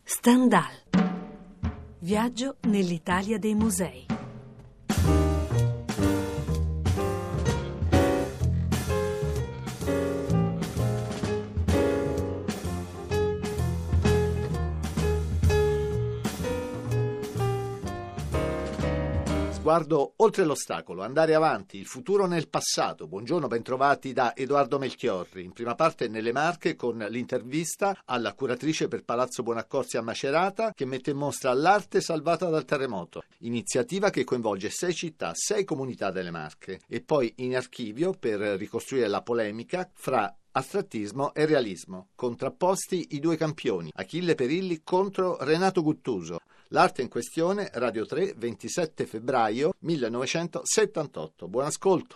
Stendhal. Viaggio nell'Italia dei musei. Sguardo oltre l'ostacolo, andare avanti, il futuro nel passato. Buongiorno, bentrovati da Edoardo Melchiorri. In prima parte nelle Marche con l'intervista alla curatrice per Palazzo Buonaccorsi a Macerata, che mette in mostra l'arte salvata dal terremoto. Iniziativa che coinvolge 6 città, 6 comunità delle Marche. E poi in archivio per ricostruire la polemica fra astrattismo e realismo. Contrapposti i due campioni, Achille Perilli contro Renato Guttuso. L'arte in questione, Radio 3, 27 febbraio 1978. Buon ascolto.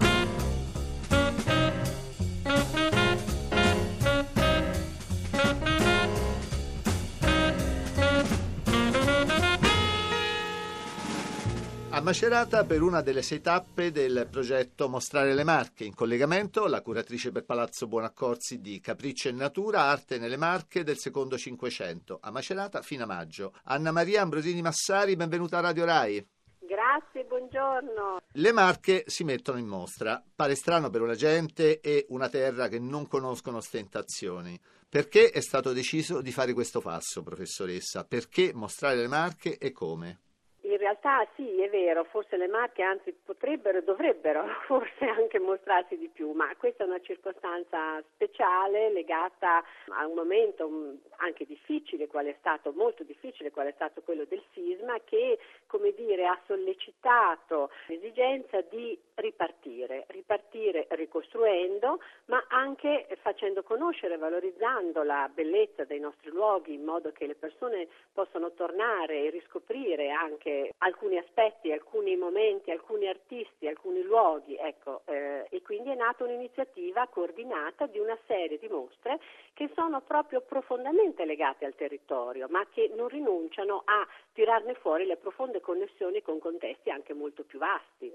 A Macerata per una delle 6 tappe del progetto Mostrare le Marche. In collegamento la curatrice per Palazzo Buonaccorsi di Capriccio e Natura, Arte nelle Marche del secondo Cinquecento. A Macerata fino a maggio. Anna Maria Ambrosini Massari, benvenuta a Radio Rai. Grazie, buongiorno. Le Marche si mettono in mostra. Pare strano per una gente e una terra che non conoscono ostentazioni. Perché è stato deciso di fare questo passo, professoressa? Perché mostrare le Marche e come? In realtà sì, è vero, forse le Marche anzi potrebbero e dovrebbero forse anche mostrarsi di più, ma questa è una circostanza speciale legata a un momento anche difficile, molto difficile, qual è stato quello del sisma, che, come dire, ha sollecitato l'esigenza di ripartire ricostruendo, ma anche facendo conoscere, valorizzando la bellezza dei nostri luoghi in modo che le persone possano tornare e riscoprire anche alcuni aspetti, alcuni momenti, alcuni artisti, alcuni luoghi, e quindi è nata un'iniziativa coordinata di una serie di mostre che sono proprio profondamente legate al territorio, ma che non rinunciano a tirarne fuori le profonde connessioni con contesti anche molto più vasti.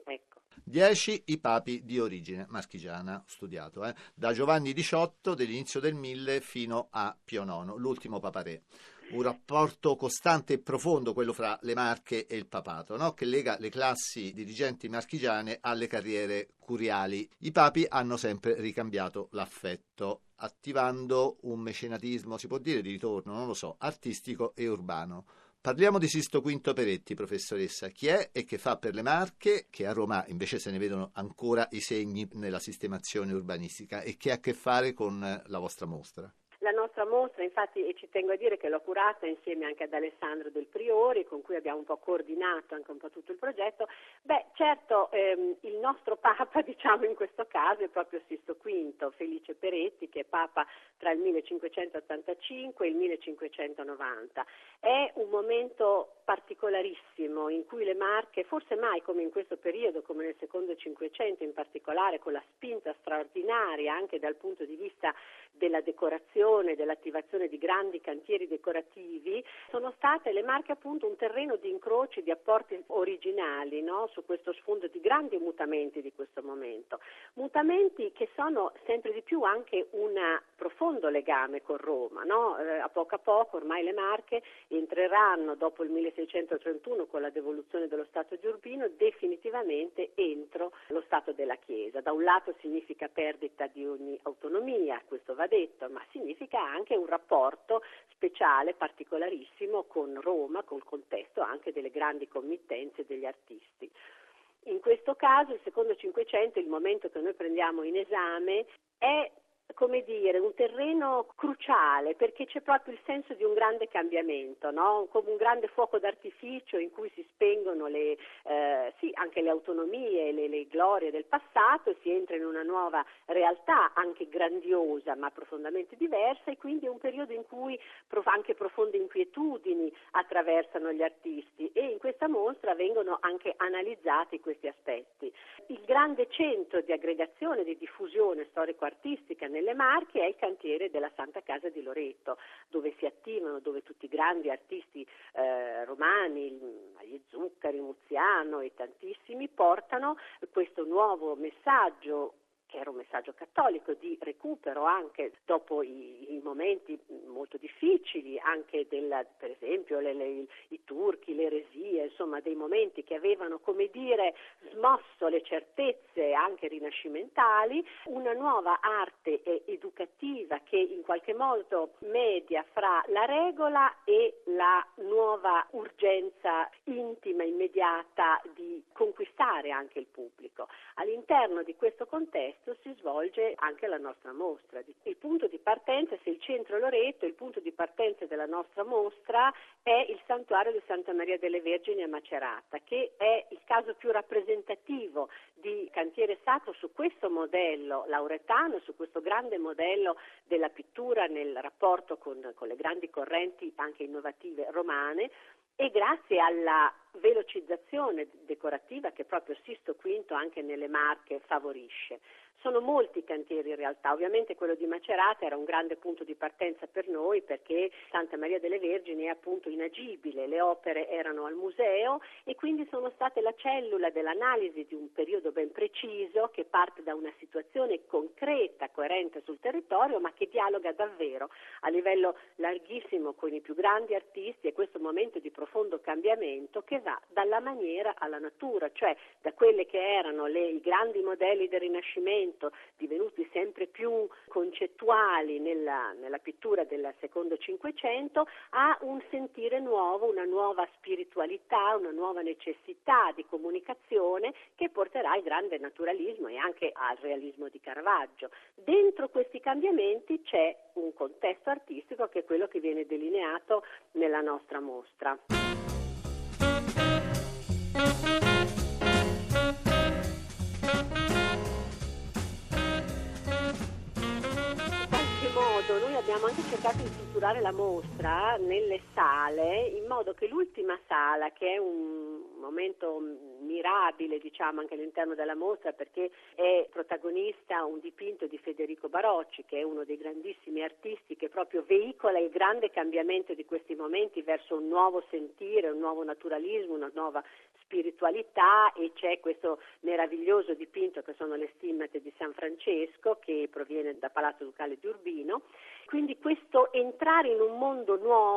10 i papi di origine marchigiana, studiato, da Giovanni XVIII dell'inizio del 1000 fino a Pio IX, l'ultimo Papa Re. Un rapporto costante e profondo, quello fra le Marche e il papato, no? Che lega le classi dirigenti marchigiane alle carriere curiali. I papi hanno sempre ricambiato l'affetto, attivando un mecenatismo, si può dire di ritorno, non lo so, artistico e urbano. Parliamo di Sisto V Peretti, professoressa. Chi è e che fa per le Marche, che a Roma invece se ne vedono ancora i segni nella sistemazione urbanistica, e che ha a che fare con la vostra mostra? La nostra mostra, infatti, e ci tengo a dire che l'ho curata insieme anche ad Alessandro Del Priori, con cui abbiamo un po' coordinato anche un po' tutto il progetto. Certo, il nostro Papa, diciamo in questo caso, è proprio Sisto V, Felice Peretti, che è Papa tra il 1585 e il 1590. È un momento particolarissimo in cui le Marche, forse mai come in questo periodo, come nel secondo Cinquecento in particolare, con la spinta straordinaria anche dal punto di vista della decorazione, dell'attivazione di grandi cantieri decorativi, sono state le Marche appunto un terreno di incroci, di apporti originali, no? Su questo sfondo di grandi mutamenti di questo momento. Mutamenti che sono sempre di più anche un profondo legame con Roma, no? A poco ormai le Marche entreranno dopo il 1631 con la devoluzione dello Stato di Urbino definitivamente entro lo Stato della Chiesa. Da un lato significa perdita di ogni autonomia, questo va detto, ma significa anche un rapporto speciale, particolarissimo con Roma, col contesto anche delle grandi committenze degli artisti. In questo caso, il secondo Cinquecento, il momento che noi prendiamo in esame, è come dire, un terreno cruciale perché c'è proprio il senso di un grande cambiamento, no? Come un grande fuoco d'artificio in cui si spengono anche le autonomie, le glorie del passato, e si entra in una nuova realtà anche grandiosa ma profondamente diversa, e quindi è un periodo in cui anche profonde inquietudini attraversano gli artisti, e in questa mostra vengono anche analizzati questi aspetti. Il grande centro di aggregazione, di diffusione storico-artistica nelle Marche è il cantiere della Santa Casa di Loreto, dove si attivano, dove tutti i grandi artisti romani, gli Zuccari, Muziano e tantissimi, portano questo nuovo messaggio che era un messaggio cattolico di recupero anche dopo i momenti molto difficili, anche per esempio i turchi, le eresie, insomma dei momenti che avevano, come dire, smosso le certezze anche rinascimentali, una nuova arte educativa che in qualche modo media fra la regola e la nuova urgenza intima, immediata di conquistare anche il pubblico. All'interno di questo contesto si svolge anche la nostra mostra. Il punto di partenza, se il centro è Loreto, il punto di partenza della nostra mostra è il santuario di Santa Maria delle Vergini a Macerata, che è il caso più rappresentativo di cantiere sacro su questo modello lauretano, su questo grande modello della pittura nel rapporto con le grandi correnti anche innovative romane, e grazie alla velocizzazione decorativa che proprio Sisto V anche nelle Marche favorisce. Sono molti cantieri in realtà, ovviamente quello di Macerata era un grande punto di partenza per noi perché Santa Maria delle Vergini è appunto inagibile, le opere erano al museo e quindi sono state la cellula dell'analisi di un periodo ben preciso che parte da una situazione concreta, coerente sul territorio, ma che dialoga davvero a livello larghissimo con i più grandi artisti e questo momento di profondo cambiamento che va dalla maniera alla natura, cioè da quelle che erano i grandi modelli del Rinascimento divenuti sempre più concettuali nella pittura del secondo Cinquecento a un sentire nuovo, una nuova spiritualità, una nuova necessità di comunicazione che porterà al grande naturalismo e anche al realismo di Caravaggio. Dentro questi cambiamenti c'è un contesto artistico che è quello che viene delineato nella nostra mostra. Noi abbiamo anche cercato di strutturare la mostra nelle sale in modo che l'ultima sala, che è un momento mirabile diciamo anche all'interno della mostra perché è protagonista un dipinto di Federico Barocci che è uno dei grandissimi artisti che proprio veicola il grande cambiamento di questi momenti verso un nuovo sentire, un nuovo naturalismo, una nuova spiritualità e c'è questo meraviglioso dipinto che sono le stimmate di San Francesco che proviene da Palazzo Ducale di Urbino. Quindi questo entrare in un mondo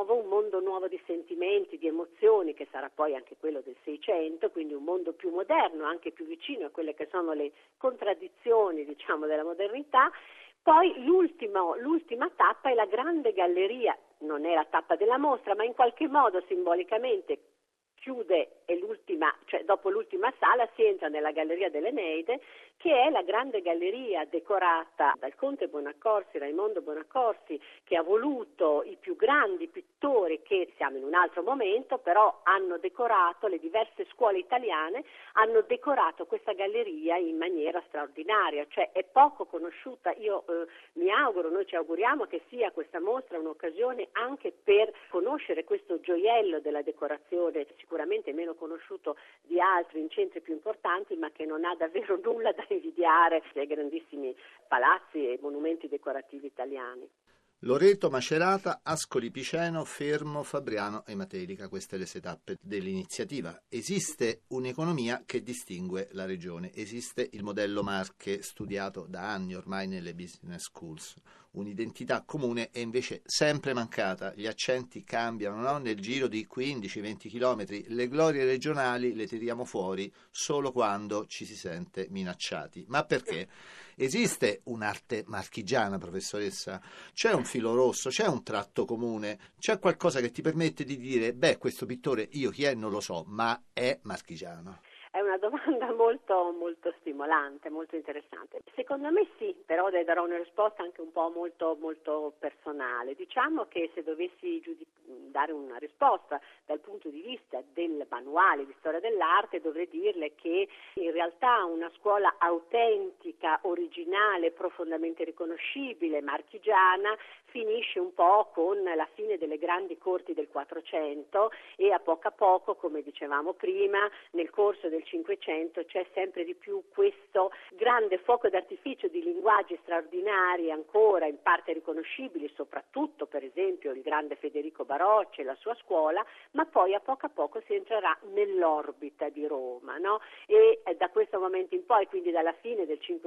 nuovo di sentimenti, di emozioni, che sarà poi anche quello del Seicento, quindi un mondo più moderno, anche più vicino a quelle che sono le contraddizioni, diciamo, della modernità. Poi l'ultima tappa è la grande galleria, non è la tappa della mostra, ma in qualche modo simbolicamente chiude e dopo l'ultima sala si entra nella Galleria dell'Eneide, che è la grande galleria decorata dal conte Bonaccorsi, Raimondo Bonaccorsi, che ha voluto i più grandi pittori che siamo in un altro momento, però hanno decorato, le diverse scuole italiane hanno decorato questa galleria in maniera straordinaria, cioè è poco conosciuta. Io mi auguro, noi ci auguriamo che sia questa mostra un'occasione anche per conoscere questo gioiello della decorazione, sicuramente meno conosciuto di altri in centri più importanti, ma che non ha davvero nulla da invidiare ai grandissimi palazzi e monumenti decorativi italiani. Loreto, Macerata, Ascoli Piceno, Fermo, Fabriano e Matelica, queste le 6 tappe dell'iniziativa. Esiste un'economia che distingue la regione, esiste il modello Marche studiato da anni ormai nelle business schools, un'identità comune è invece sempre mancata, gli accenti cambiano, no? Nel giro di 15-20 chilometri, le glorie regionali le tiriamo fuori solo quando ci si sente minacciati. Ma perché? Esiste un'arte marchigiana, professoressa? C'è un filo rosso, c'è un tratto comune, c'è qualcosa che ti permette di dire, questo pittore io chi è non lo so, ma è marchigiano? È una domanda molto, molto stimolante, molto interessante. Secondo me sì, però darò una risposta anche un po' molto, molto personale. Diciamo che se dovessi dare una risposta dal punto di vista del manuale di storia dell'arte, dovrei dirle che in realtà una scuola autentica, originale, profondamente riconoscibile, marchigiana, finisce un po' con la fine delle grandi corti del 400 e a poco, come dicevamo prima, nel corso del 500 c'è sempre di più questo grande fuoco d'artificio di linguaggi straordinari ancora in parte riconoscibili, soprattutto per esempio il grande Federico Barocci e la sua scuola, ma poi a poco si entrerà nell'orbita di Roma, no? E da questo momento in poi, quindi dalla fine del 500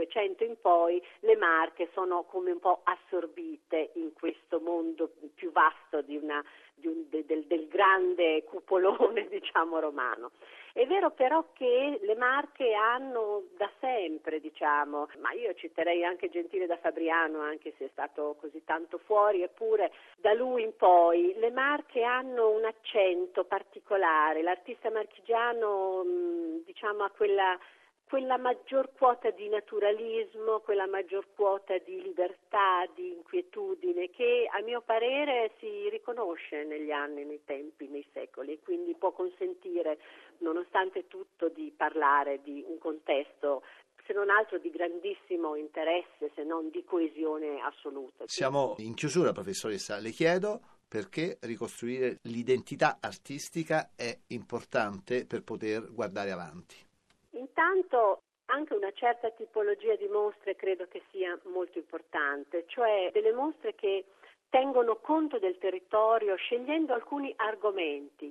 Novecento in poi le Marche sono come un po' assorbite in questo mondo più vasto del grande cupolone, diciamo, romano. È vero però che le Marche hanno da sempre, diciamo, ma io citerei anche Gentile da Fabriano, anche se è stato così tanto fuori, eppure da lui in poi le Marche hanno un accento particolare. L'artista marchigiano, diciamo, ha quella maggior quota di naturalismo, quella maggior quota di libertà, di inquietudine che a mio parere si riconosce negli anni, nei tempi, nei secoli, e quindi può consentire, nonostante tutto, di parlare di un contesto se non altro di grandissimo interesse, se non di coesione assoluta. Siamo in chiusura, professoressa. Le chiedo perché ricostruire l'identità artistica è importante per poter guardare avanti. Intanto anche una certa tipologia di mostre credo che sia molto importante, cioè delle mostre che tengono conto del territorio scegliendo alcuni argomenti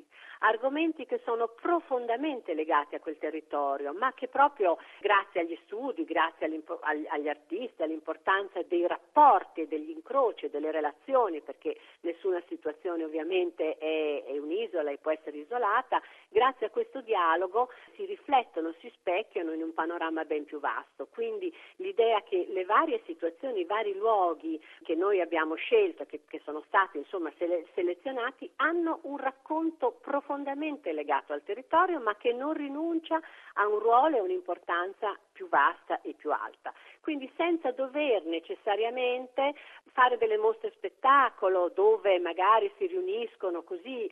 che sono profondamente legati a quel territorio, ma che proprio grazie agli studi, grazie agli artisti, all'importanza dei rapporti e degli incroci, delle relazioni, perché nessuna situazione ovviamente è un'isola e può essere isolata, grazie a questo dialogo si riflettono, si specchiano in un panorama ben più vasto. Quindi l'idea che le varie situazioni, i vari luoghi che noi abbiamo scelto, che sono stati insomma selezionati, hanno un racconto profondamente legato al territorio, ma che non rinuncia a un ruolo e un'importanza più vasta e più alta. Quindi senza dover necessariamente fare delle mostre spettacolo dove magari si riuniscono così,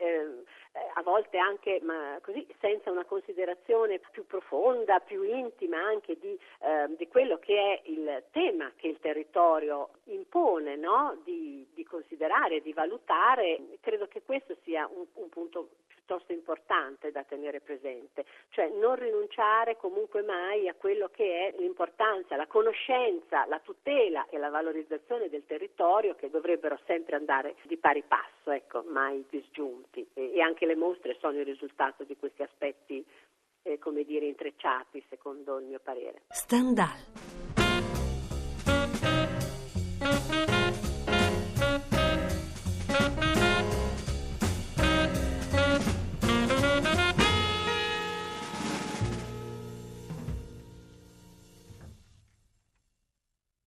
a volte anche così, senza una considerazione più profonda, più intima anche di quello che è il tema che il territorio impone, no? Di considerare, di valutare. Credo che questo sia un punto piuttosto importante da tenere presente, cioè non rinunciare comunque mai a quello che è l'importanza, la conoscenza, la tutela e la valorizzazione del territorio, che dovrebbero sempre andare di pari passo, ecco, mai disgiunti, e anche le mostre sono il risultato di questi aspetti, come dire, intrecciati, secondo il mio parere. Stendhal.